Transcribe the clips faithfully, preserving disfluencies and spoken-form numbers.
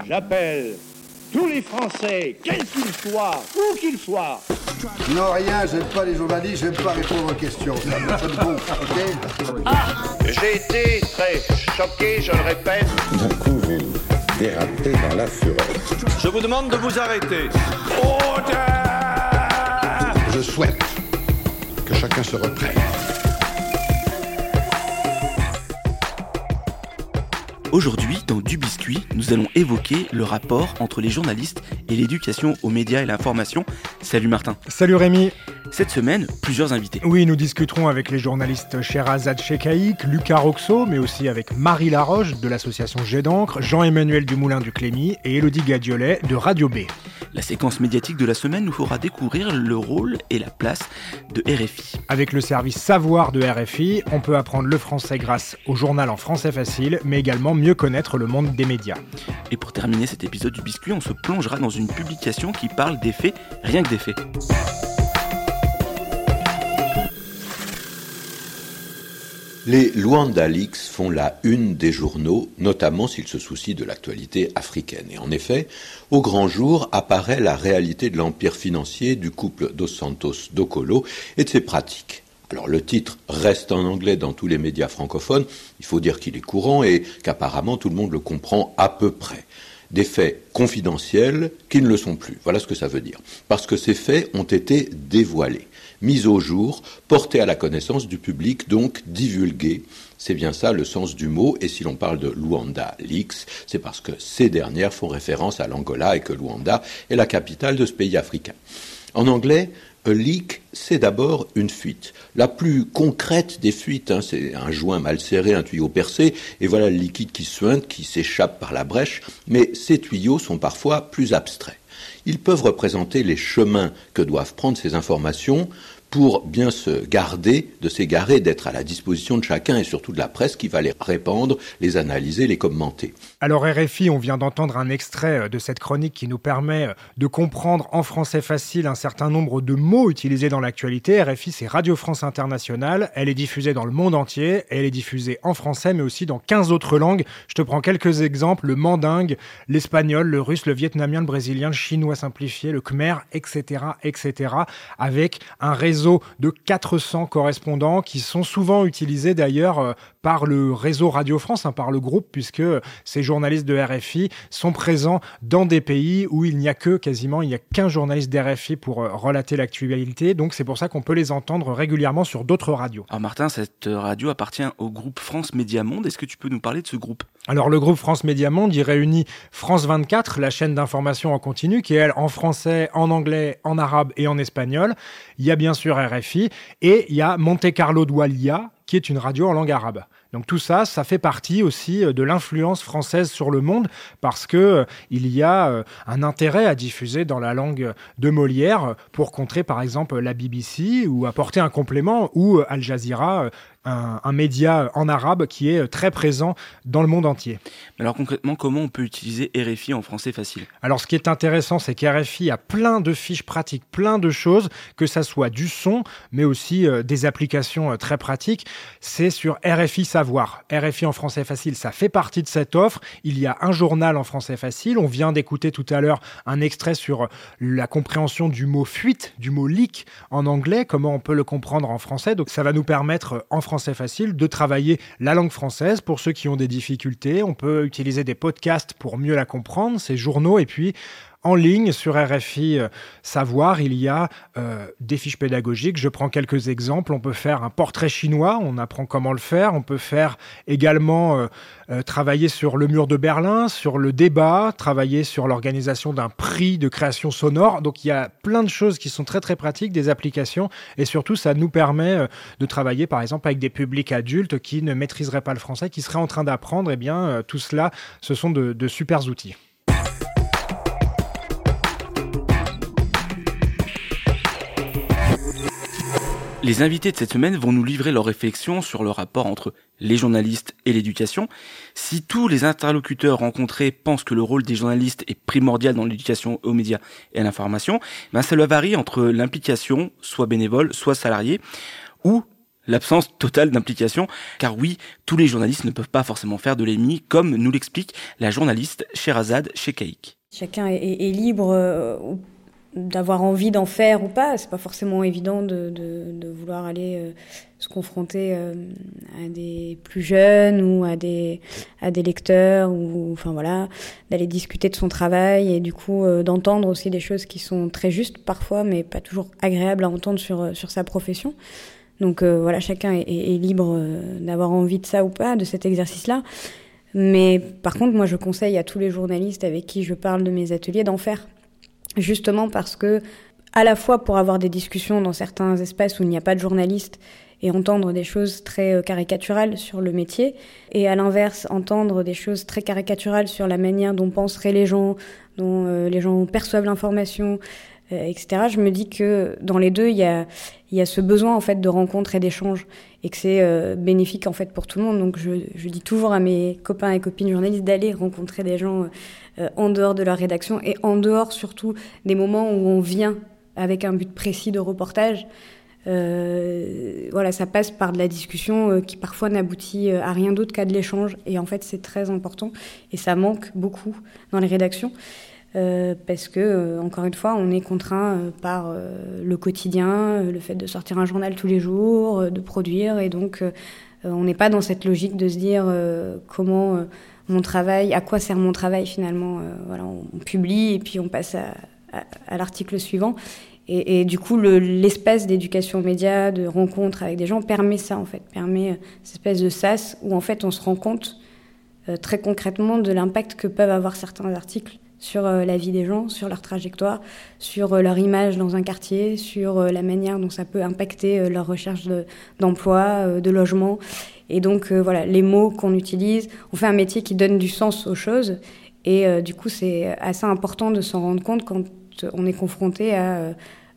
J'appelle tous les Français, quels qu'ils soient, où qu'ils soient. Non, rien, j'aime pas les journalistes, j'aime pas répondre aux questions. Ça me ça me gonfle, ok ? Ah, j'ai été très choqué, je le répète. D'un coup, vous dérapez dans la fureur. Je vous demande de vous arrêter. Order ! Je souhaite que chacun se reprenne. Aujourd'hui, dans Du Biscuit, nous allons évoquer le rapport entre les journalistes et l'éducation aux médias et l'information. Salut Martin. Salut Rémi. Cette semaine, plusieurs invités. Oui, nous discuterons avec les journalistes Sherazade Chekaïk, Lucas Roxo, mais aussi avec Marie Laroche de l'association Jet d'encre, Jean-Emmanuel Dumoulin du Clémy et Élodie Gadiolet de Radio B. La séquence médiatique de la semaine nous fera découvrir le rôle et la place de R F I. Avec le service Savoir de R F I, on peut apprendre le français grâce au journal en français facile, mais également mieux connaître le monde des médias. Et pour terminer cet épisode du Biscuit, on se plongera dans une publication qui parle des faits, rien que des faits. Les Luanda Leaks font la une des journaux, notamment s'ils se soucient de l'actualité africaine. Et en effet, au grand jour apparaît la réalité de l'empire financier du couple Dos Santos-Dokolo et de ses pratiques. Alors le titre reste en anglais dans tous les médias francophones, il faut dire qu'il est courant et qu'apparemment tout le monde le comprend à peu près. Des faits confidentiels qui ne le sont plus. Voilà ce que ça veut dire. Parce que ces faits ont été dévoilés, mis au jour, portés à la connaissance du public, donc divulgués. C'est bien ça le sens du mot. Et si l'on parle de Luanda Leaks, c'est parce que ces dernières font référence à l'Angola et que Luanda est la capitale de ce pays africain. En anglais, a leak, c'est d'abord une fuite. La plus concrète des fuites, hein, c'est un joint mal serré, un tuyau percé, et voilà le liquide qui suinte, qui s'échappe par la brèche. Mais ces tuyaux sont parfois plus abstraits. Ils peuvent représenter les chemins que doivent prendre ces informations pour bien se garder de s'égarer, d'être à la disposition de chacun et surtout de la presse qui va les répandre, les analyser, les commenter. Alors R F I, on vient d'entendre un extrait de cette chronique qui nous permet de comprendre en français facile un certain nombre de mots utilisés dans l'actualité. R F I, c'est Radio France Internationale, elle est diffusée dans le monde entier, et elle est diffusée en français mais aussi dans quinze autres langues. Je te prends quelques exemples, le mandingue, l'espagnol, le russe, le vietnamien, le brésilien, le chinois simplifié, le khmer, et cetera, et cetera, avec un réseau de quatre cents correspondants qui sont souvent utilisés d'ailleurs euh, par le réseau Radio France, hein, par le groupe, puisque ces journalistes de R F I sont présents dans des pays où il n'y a que quasiment, il n'y a qu'un journaliste d'R F I pour euh, relater l'actualité, donc c'est pour ça qu'on peut les entendre régulièrement sur d'autres radios. Alors Martin, cette radio appartient au groupe France Média Monde, est-ce que tu peux nous parler de ce groupe ? Alors le groupe France Média Monde, il réunit France vingt-quatre, la chaîne d'information en continu, qui est elle en français, en anglais, en arabe et en espagnol. Il y a bien sûr R F I et il y a Monte Carlo Doualiya, qui est une radio en langue arabe. Donc tout ça, ça fait partie aussi de l'influence française sur le monde parce que euh, il y a euh, un intérêt à diffuser dans la langue de Molière pour contrer par exemple la B B C ou apporter un complément ou euh, Al Jazeera, euh, un, un média en arabe qui est très présent dans le monde entier. Alors concrètement, comment on peut utiliser R F I en français facile ? Alors ce qui est intéressant, c'est qu'R F I a plein de fiches pratiques, plein de choses, que ça soit du son, mais aussi euh, des applications euh, très pratiques. C'est sur R F I Savoir. R F I en français facile, ça fait partie de cette offre. Il y a un journal en français facile. On vient d'écouter tout à l'heure un extrait sur la compréhension du mot fuite, du mot leak en anglais, comment on peut le comprendre en français. Donc ça va nous permettre en français facile de travailler la langue française. Pour ceux qui ont des difficultés, on peut utiliser des podcasts pour mieux la comprendre, ces journaux, et puis en ligne, sur R F I euh, Savoir, il y a euh, des fiches pédagogiques. Je prends quelques exemples. On peut faire un portrait chinois, on apprend comment le faire. On peut faire également euh, euh, travailler sur le mur de Berlin, sur le débat, travailler sur l'organisation d'un prix de création sonore. Donc il y a plein de choses qui sont très très pratiques, des applications. Et surtout, ça nous permet euh, de travailler par exemple avec des publics adultes qui ne maîtriseraient pas le français, qui seraient en train d'apprendre. Eh bien, euh, tout cela, ce sont de, de super outils. Les invités de cette semaine vont nous livrer leurs réflexions sur le rapport entre les journalistes et l'éducation. Si tous les interlocuteurs rencontrés pensent que le rôle des journalistes est primordial dans l'éducation aux médias et à l'information, ben ça varie entre l'implication, soit bénévole, soit salariée, ou L'absence totale d'implication, car oui, tous les journalistes ne peuvent pas forcément faire de l'E M I, comme nous l'explique la journaliste Sherazade Chekaïk. Chacun est, est, est libre euh, d'avoir envie d'en faire ou pas. C'est pas forcément évident de, de, de vouloir aller euh, se confronter euh, à des plus jeunes ou à des, à des lecteurs, ou enfin voilà, d'aller discuter de son travail et du coup euh, d'entendre aussi des choses qui sont très justes parfois, mais pas toujours agréables à entendre sur, sur sa profession. Donc euh, voilà, chacun est, est, est libre euh, d'avoir envie de ça ou pas, de cet exercice-là. Mais par contre, moi, je conseille à tous les journalistes avec qui je parle de mes ateliers d'en faire. Justement parce que, à la fois pour avoir des discussions dans certains espaces où il n'y a pas de journalistes et entendre des choses très caricaturales sur le métier, et à l'inverse, entendre des choses très caricaturales sur la manière dont penseraient les gens, dont euh, les gens perçoivent l'information, euh, et cetera. Je me dis que dans les deux, il y a, il y a ce besoin en fait de rencontre et d'échange, et que c'est euh, bénéfique en fait pour tout le monde. Donc je, je dis toujours à mes copains et copines journalistes d'aller rencontrer des gens euh, en dehors de leur rédaction, et en dehors surtout des moments où on vient avec un but précis de reportage. Euh, voilà, ça passe par de la discussion euh, qui parfois n'aboutit euh, à rien d'autre qu'à de l'échange, et en fait c'est très important et ça manque beaucoup dans les rédactions euh, parce que euh, encore une fois on est contraint euh, par euh, le quotidien, euh, le fait de sortir un journal tous les jours, euh, de produire, et donc euh, on n'est pas dans cette logique de se dire euh, comment euh, mon travail, à quoi sert mon travail finalement. Euh, voilà, on, on publie et puis on passe à, à, à l'article suivant. Et, et du coup, le, l'espace d'éducation aux médias, de rencontre avec des gens, permet ça, en fait. Permet euh, cette espèce de sas où, en fait, on se rend compte euh, très concrètement de l'impact que peuvent avoir certains articles sur euh, la vie des gens, sur leur trajectoire, sur euh, leur image dans un quartier, sur euh, la manière dont ça peut impacter euh, leur recherche de, d'emploi, euh, de logement. Et donc, euh, voilà, les mots qu'on utilise. On fait un métier qui donne du sens aux choses. Et euh, du coup, c'est assez important de s'en rendre compte quand on est confronté à euh,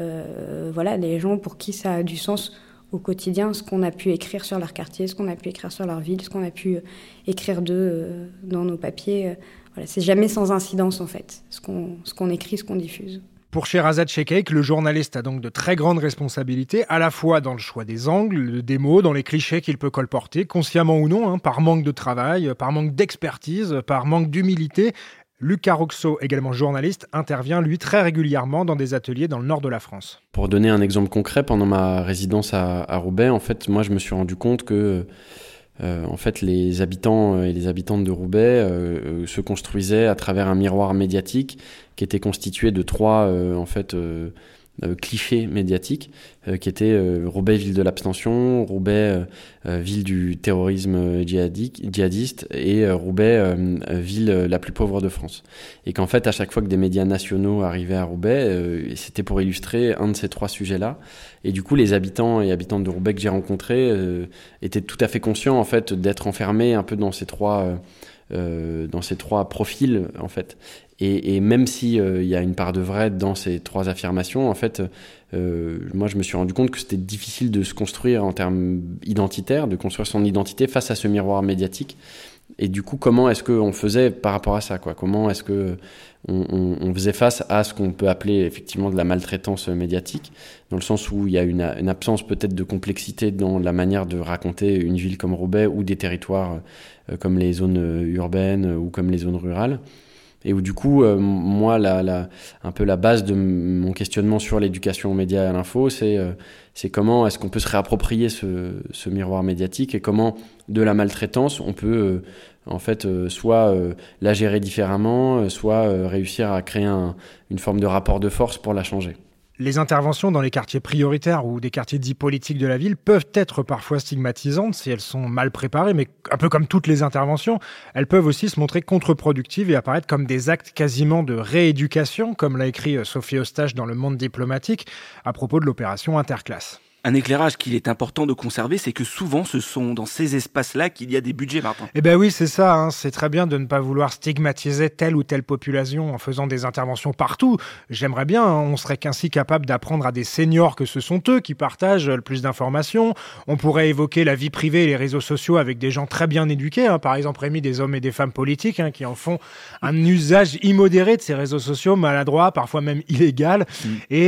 euh, voilà, des gens pour qui ça a du sens au quotidien, ce qu'on a pu écrire sur leur quartier, ce qu'on a pu écrire sur leur ville, ce qu'on a pu euh, écrire d'eux euh, dans nos papiers. Euh, voilà, c'est jamais sans incidence en fait, ce qu'on, ce qu'on écrit, ce qu'on diffuse. Pour Sherazade Chekaïk, le journaliste a donc de très grandes responsabilités, à la fois dans le choix des angles, des mots, dans les clichés qu'il peut colporter, consciemment ou non, hein, par manque de travail, par manque d'expertise, par manque d'humilité. Lucas Roxo, également journaliste, intervient lui très régulièrement dans des ateliers dans le nord de la France. Pour donner un exemple concret, pendant ma résidence à, à Roubaix, en fait, moi je me suis rendu compte que euh, en fait, les habitants et les habitantes de Roubaix euh, se construisaient à travers un miroir médiatique qui était constitué de trois euh, en fait, euh, euh, clichés médiatiques, euh, qui étaient euh, Roubaix, ville de l'abstention, Roubaix, euh, ville du terrorisme djihadiste, et euh, Roubaix, euh, ville la plus pauvre de France. Et qu'en fait, à chaque fois que des médias nationaux arrivaient à Roubaix, euh, c'était pour illustrer un de ces trois sujets-là. Et du coup, les habitants et habitantes de Roubaix que j'ai rencontrés euh, étaient tout à fait conscients en fait d'être enfermés un peu dans ces trois euh, euh, dans ces trois profils en fait. Et, et même si euh, y a une part de vrai dans ces trois affirmations, en fait, euh, moi je me suis rendu compte que c'était difficile de se construire en termes identitaires, de construire son identité face à ce miroir médiatique. Et du coup, comment est-ce qu'on faisait par rapport à ça, quoi ? Comment est-ce que on, on, on faisait face à ce qu'on peut appeler effectivement de la maltraitance médiatique, dans le sens où il y a une, une absence peut-être de complexité dans la manière de raconter une ville comme Roubaix ou des territoires euh, comme les zones urbaines ou comme les zones rurales. Et où du coup, euh, moi, la, la, un peu la base de m- mon questionnement sur l'éducation aux médias et à l'info, c'est, euh, c'est comment est-ce qu'on peut se réapproprier ce, ce miroir médiatique, et comment de la maltraitance on peut euh, en fait euh, soit euh, la gérer différemment, euh, soit euh, réussir à créer un, une forme de rapport de force pour la changer. Les interventions dans les quartiers prioritaires ou des quartiers dits politiques de la ville peuvent être parfois stigmatisantes si elles sont mal préparées, mais un peu comme toutes les interventions, elles peuvent aussi se montrer contre-productives et apparaître comme des actes quasiment de rééducation, comme l'a écrit Sophie Eustache dans Le Monde diplomatique à propos de l'opération Interclasse. Un éclairage qu'il est important de conserver, c'est que souvent ce sont dans ces espaces-là qu'il y a des budgets, Martin. Eh ben oui, c'est ça, hein. C'est très bien de ne pas vouloir stigmatiser telle ou telle population en faisant des interventions partout. J'aimerais bien, hein, on serait qu'ainsi capable d'apprendre à des seniors que ce sont eux qui partagent le plus d'informations. On pourrait évoquer la vie privée et les réseaux sociaux avec des gens très bien éduqués, hein. Par exemple, Rémi, des hommes et des femmes politiques, hein, qui en font un usage immodéré de ces réseaux sociaux, maladroit, parfois même illégal. Mmh. Et... Euh,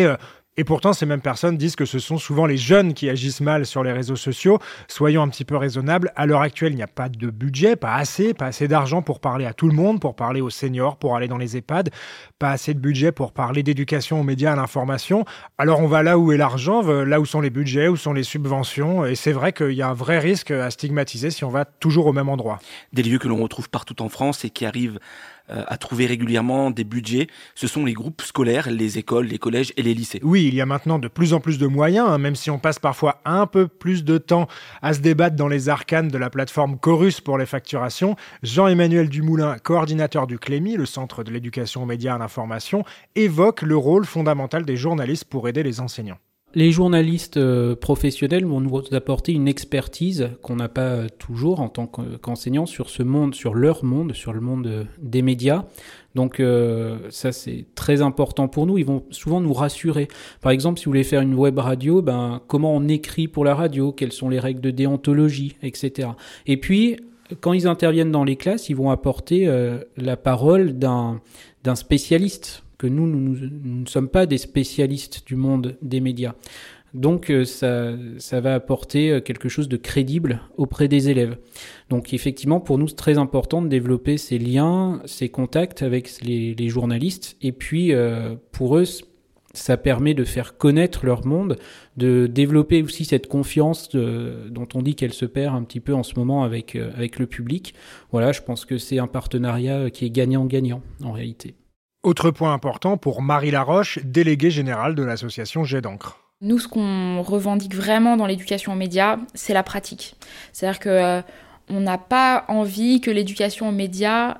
Et pourtant, ces mêmes personnes disent que ce sont souvent les jeunes qui agissent mal sur les réseaux sociaux. Soyons un petit peu raisonnables. À l'heure actuelle, il n'y a pas de budget, pas assez, pas assez d'argent pour parler à tout le monde, pour parler aux seniors, pour aller dans les EHPAD, pas assez de budget pour parler d'éducation aux médias, à l'information. Alors on va là où est l'argent, là où sont les budgets, où sont les subventions. Et c'est vrai qu'il y a un vrai risque à stigmatiser si on va toujours au même endroit. Des lieux que l'on retrouve partout en France et qui arrivent à trouver régulièrement des budgets, ce sont les groupes scolaires, les écoles, les collèges et les lycées. Oui, il y a maintenant de plus en plus de moyens, hein, même si on passe parfois un peu plus de temps à se débattre dans les arcanes de la plateforme Chorus pour les facturations. Jean-Emmanuel Dumoulin, coordinateur du Clémy, le Centre de l'éducation aux médias et à l'information, évoque le rôle fondamental des journalistes pour aider les enseignants. Les journalistes euh, professionnels vont nous apporter une expertise qu'on n'a pas toujours en tant qu'enseignants sur ce monde, sur leur monde, sur le monde euh, des médias. Donc euh, ça c'est très important pour nous. Ils vont souvent nous rassurer. Par exemple, si vous voulez faire une web radio, ben comment on écrit pour la radio, quelles sont les règles de déontologie, et cetera. Et puis quand ils interviennent dans les classes, ils vont apporter euh, la parole d'un d'un spécialiste. Que nous, nous, nous, nous ne sommes pas des spécialistes du monde des médias. Donc ça, ça va apporter quelque chose de crédible auprès des élèves. Donc effectivement, pour nous, c'est très important de développer ces liens, ces contacts avec les, les journalistes. Et puis, euh, pour eux, ça permet de faire connaître leur monde, de développer aussi cette confiance de, dont on dit qu'elle se perd un petit peu en ce moment avec, euh, avec le public. Voilà, je pense que c'est un partenariat qui est gagnant-gagnant en réalité. Autre point important pour Marie Laroche, déléguée générale de l'association Jet d'encre. Nous, ce qu'on revendique vraiment dans l'éducation aux médias, c'est la pratique. C'est-à-dire que euh, on n'a pas envie que l'éducation aux médias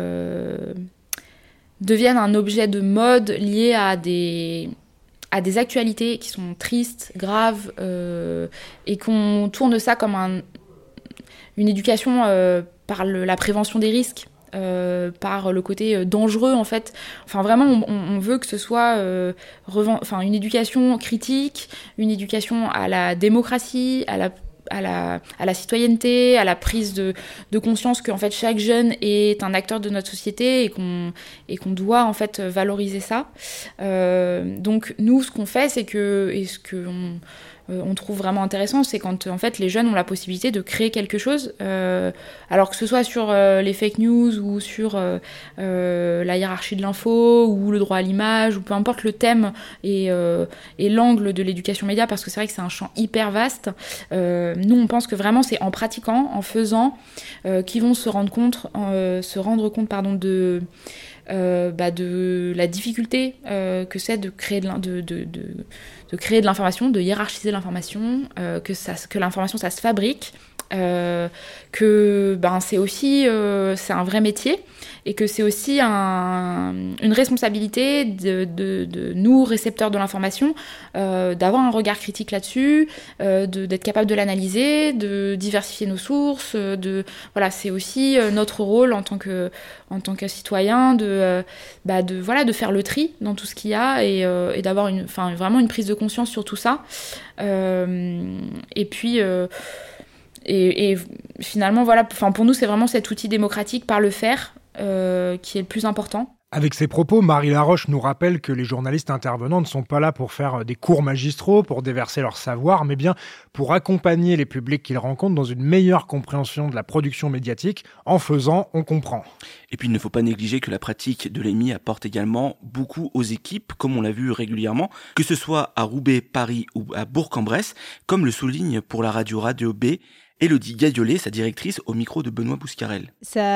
euh, devienne un objet de mode lié à des, à des actualités qui sont tristes, graves, euh, et qu'on tourne ça comme un, une éducation euh, par le, la prévention des risques. Euh, par le côté dangereux en fait. Enfin vraiment on, on veut que ce soit euh, reven- enfin, une éducation critique, une éducation à la démocratie, à la, à la, à la citoyenneté, à la prise de, de conscience que en fait, chaque jeune est un acteur de notre société et qu'on, et qu'on doit en fait valoriser ça. Euh, donc nous ce qu'on fait c'est que, et ce que on, on trouve vraiment intéressant, c'est quand en fait les jeunes ont la possibilité de créer quelque chose, euh, alors que ce soit sur euh, les fake news ou sur euh, euh, la hiérarchie de l'info ou le droit à l'image ou peu importe le thème et, euh, et l'angle de l'éducation média, parce que c'est vrai que c'est un champ hyper vaste. Euh, nous on pense que vraiment c'est en pratiquant, en faisant, euh, qu'ils vont se rendre compte, euh, se rendre compte pardon de Euh, bah de la difficulté euh, que c'est de créer de, de, de, de, de créer de l'information, de hiérarchiser l'information, euh, que, ça, que l'information ça se fabrique, euh, que ben, c'est aussi euh, c'est un vrai métier et que c'est aussi un, une responsabilité de, de, de nous, récepteurs de l'information, euh, d'avoir un regard critique là-dessus, euh, de, d'être capable de l'analyser, de diversifier nos sources, de, voilà, c'est aussi notre rôle en tant que, en tant que citoyen de, euh, bah de, voilà, de faire le tri dans tout ce qu'il y a et, euh, et d'avoir une, enfin, vraiment une prise de conscience sur tout ça. Euh, et puis... Euh, Et, et finalement, voilà, enfin, pour nous, c'est vraiment cet outil démocratique par le faire euh, qui est le plus important. Avec ces propos, Marie Laroche nous rappelle que les journalistes intervenants ne sont pas là pour faire des cours magistraux, pour déverser leur savoir, mais bien pour accompagner les publics qu'ils rencontrent dans une meilleure compréhension de la production médiatique. En faisant, on comprend. Et puis, il ne faut pas négliger que la pratique de l'E M I apporte également beaucoup aux équipes, comme on l'a vu régulièrement, que ce soit à Roubaix, Paris ou à Bourg-en-Bresse, comme le souligne pour la radio Radio B Élodie Gadiolet, sa directrice, au micro de Benoît Bouscarel.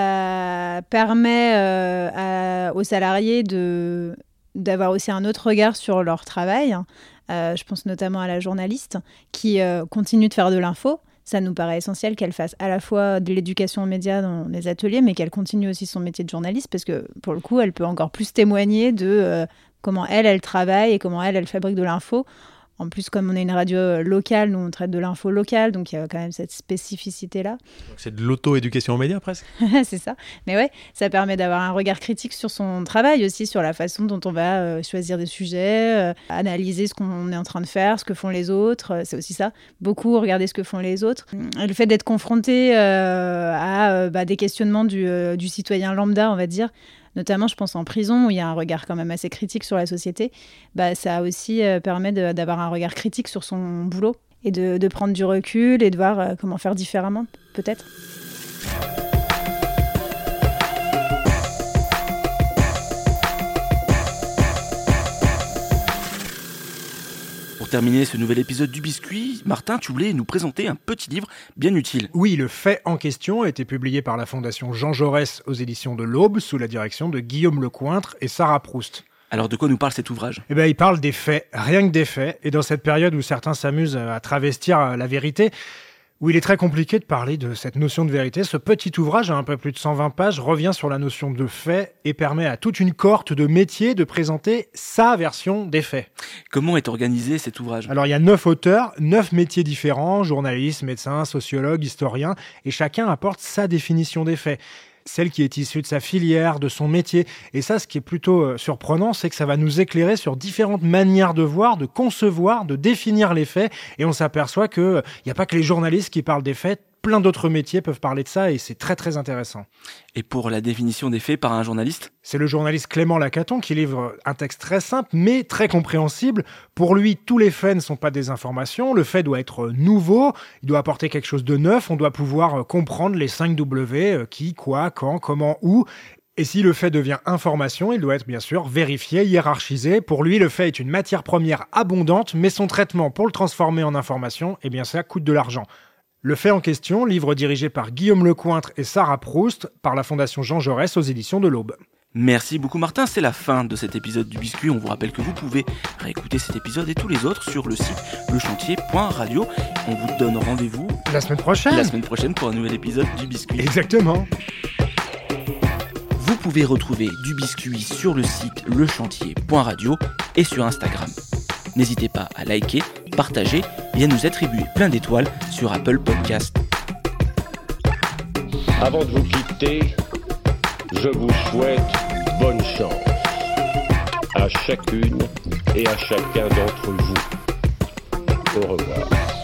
Ça permet euh, à, aux salariés de, d'avoir aussi un autre regard sur leur travail. Euh, je pense notamment à la journaliste qui euh, continue de faire de l'info. Ça nous paraît essentiel qu'elle fasse à la fois de l'éducation aux médias dans les ateliers, mais qu'elle continue aussi son métier de journaliste, parce que pour le coup, elle peut encore plus témoigner de euh, comment elle, elle travaille et comment elle, elle fabrique de l'info. En plus, comme on est une radio locale, nous on traite de l'info locale, donc il y a quand même cette spécificité-là. Donc c'est de l'auto-éducation aux médias presque. C'est ça. Mais ouais, ça permet d'avoir un regard critique sur son travail aussi, sur la façon dont on va euh, choisir des sujets, euh, analyser ce qu'on est en train de faire, ce que font les autres. Euh, c'est aussi ça. Beaucoup regarder ce que font les autres. Et le fait d'être confronté euh, à euh, bah, des questionnements du, euh, du citoyen lambda, on va dire, notamment je pense en prison où il y a un regard quand même assez critique sur la société, bah, ça aussi euh, permet de, d'avoir un regard critique sur son boulot et de, de prendre du recul et de voir euh, comment faire différemment, peut-être. Pour terminer ce nouvel épisode du Biscuit, Martin, tu voulais nous présenter un petit livre bien utile. Oui, le fait en question a été publié par la Fondation Jean Jaurès aux éditions de l'Aube, sous la direction de Guillaume Lecointre et Sarah Proust. Alors de quoi nous parle cet ouvrage ? Eh bien, il parle des faits, rien que des faits, et dans cette période où certains s'amusent à travestir la vérité, où il est très compliqué de parler de cette notion de vérité, ce petit ouvrage à un peu plus de cent vingt pages revient sur la notion de fait et permet à toute une cohorte de métiers de présenter sa version des faits. Comment est organisé cet ouvrage ? Alors il y a neuf auteurs, neuf métiers différents, journalistes, médecins, sociologues, historiens, et chacun apporte sa définition des faits. Celle qui est issue de sa filière, de son métier. Et ça, ce qui est plutôt euh, surprenant, c'est que ça va nous éclairer sur différentes manières de voir, de concevoir, de définir les faits. Et on s'aperçoit qu'il n'y euh, a pas que les journalistes qui parlent des faits. Plein d'autres métiers peuvent parler de ça et c'est très très intéressant. Et pour la définition des faits par un journaliste ? C'est le journaliste Clément Lacaton qui livre un texte très simple mais très compréhensible. Pour lui, tous les faits ne sont pas des informations. Le fait doit être nouveau, il doit apporter quelque chose de neuf. On doit pouvoir comprendre les cinq W, qui, quoi, quand, comment, où. Et si le fait devient information, il doit être bien sûr vérifié, hiérarchisé. Pour lui, le fait est une matière première abondante, mais son traitement pour le transformer en information, eh bien ça coûte de l'argent. Le fait en question, livre dirigé par Guillaume Lecointre et Sarah Proust, par la Fondation Jean Jaurès aux éditions de l'Aube. Merci beaucoup Martin, c'est la fin de cet épisode du Biscuit. On vous rappelle que vous pouvez réécouter cet épisode et tous les autres sur le site le chantier point radio. On vous donne rendez-vous la semaine prochaine. La semaine prochaine pour un nouvel épisode du Biscuit. Exactement. Vous pouvez retrouver du Biscuit sur le site le chantier point radio et sur Instagram. N'hésitez pas à liker, partager et à nous attribuer plein d'étoiles sur Apple Podcast. Avant de vous quitter, je vous souhaite bonne chance à chacune et à chacun d'entre vous. Au revoir.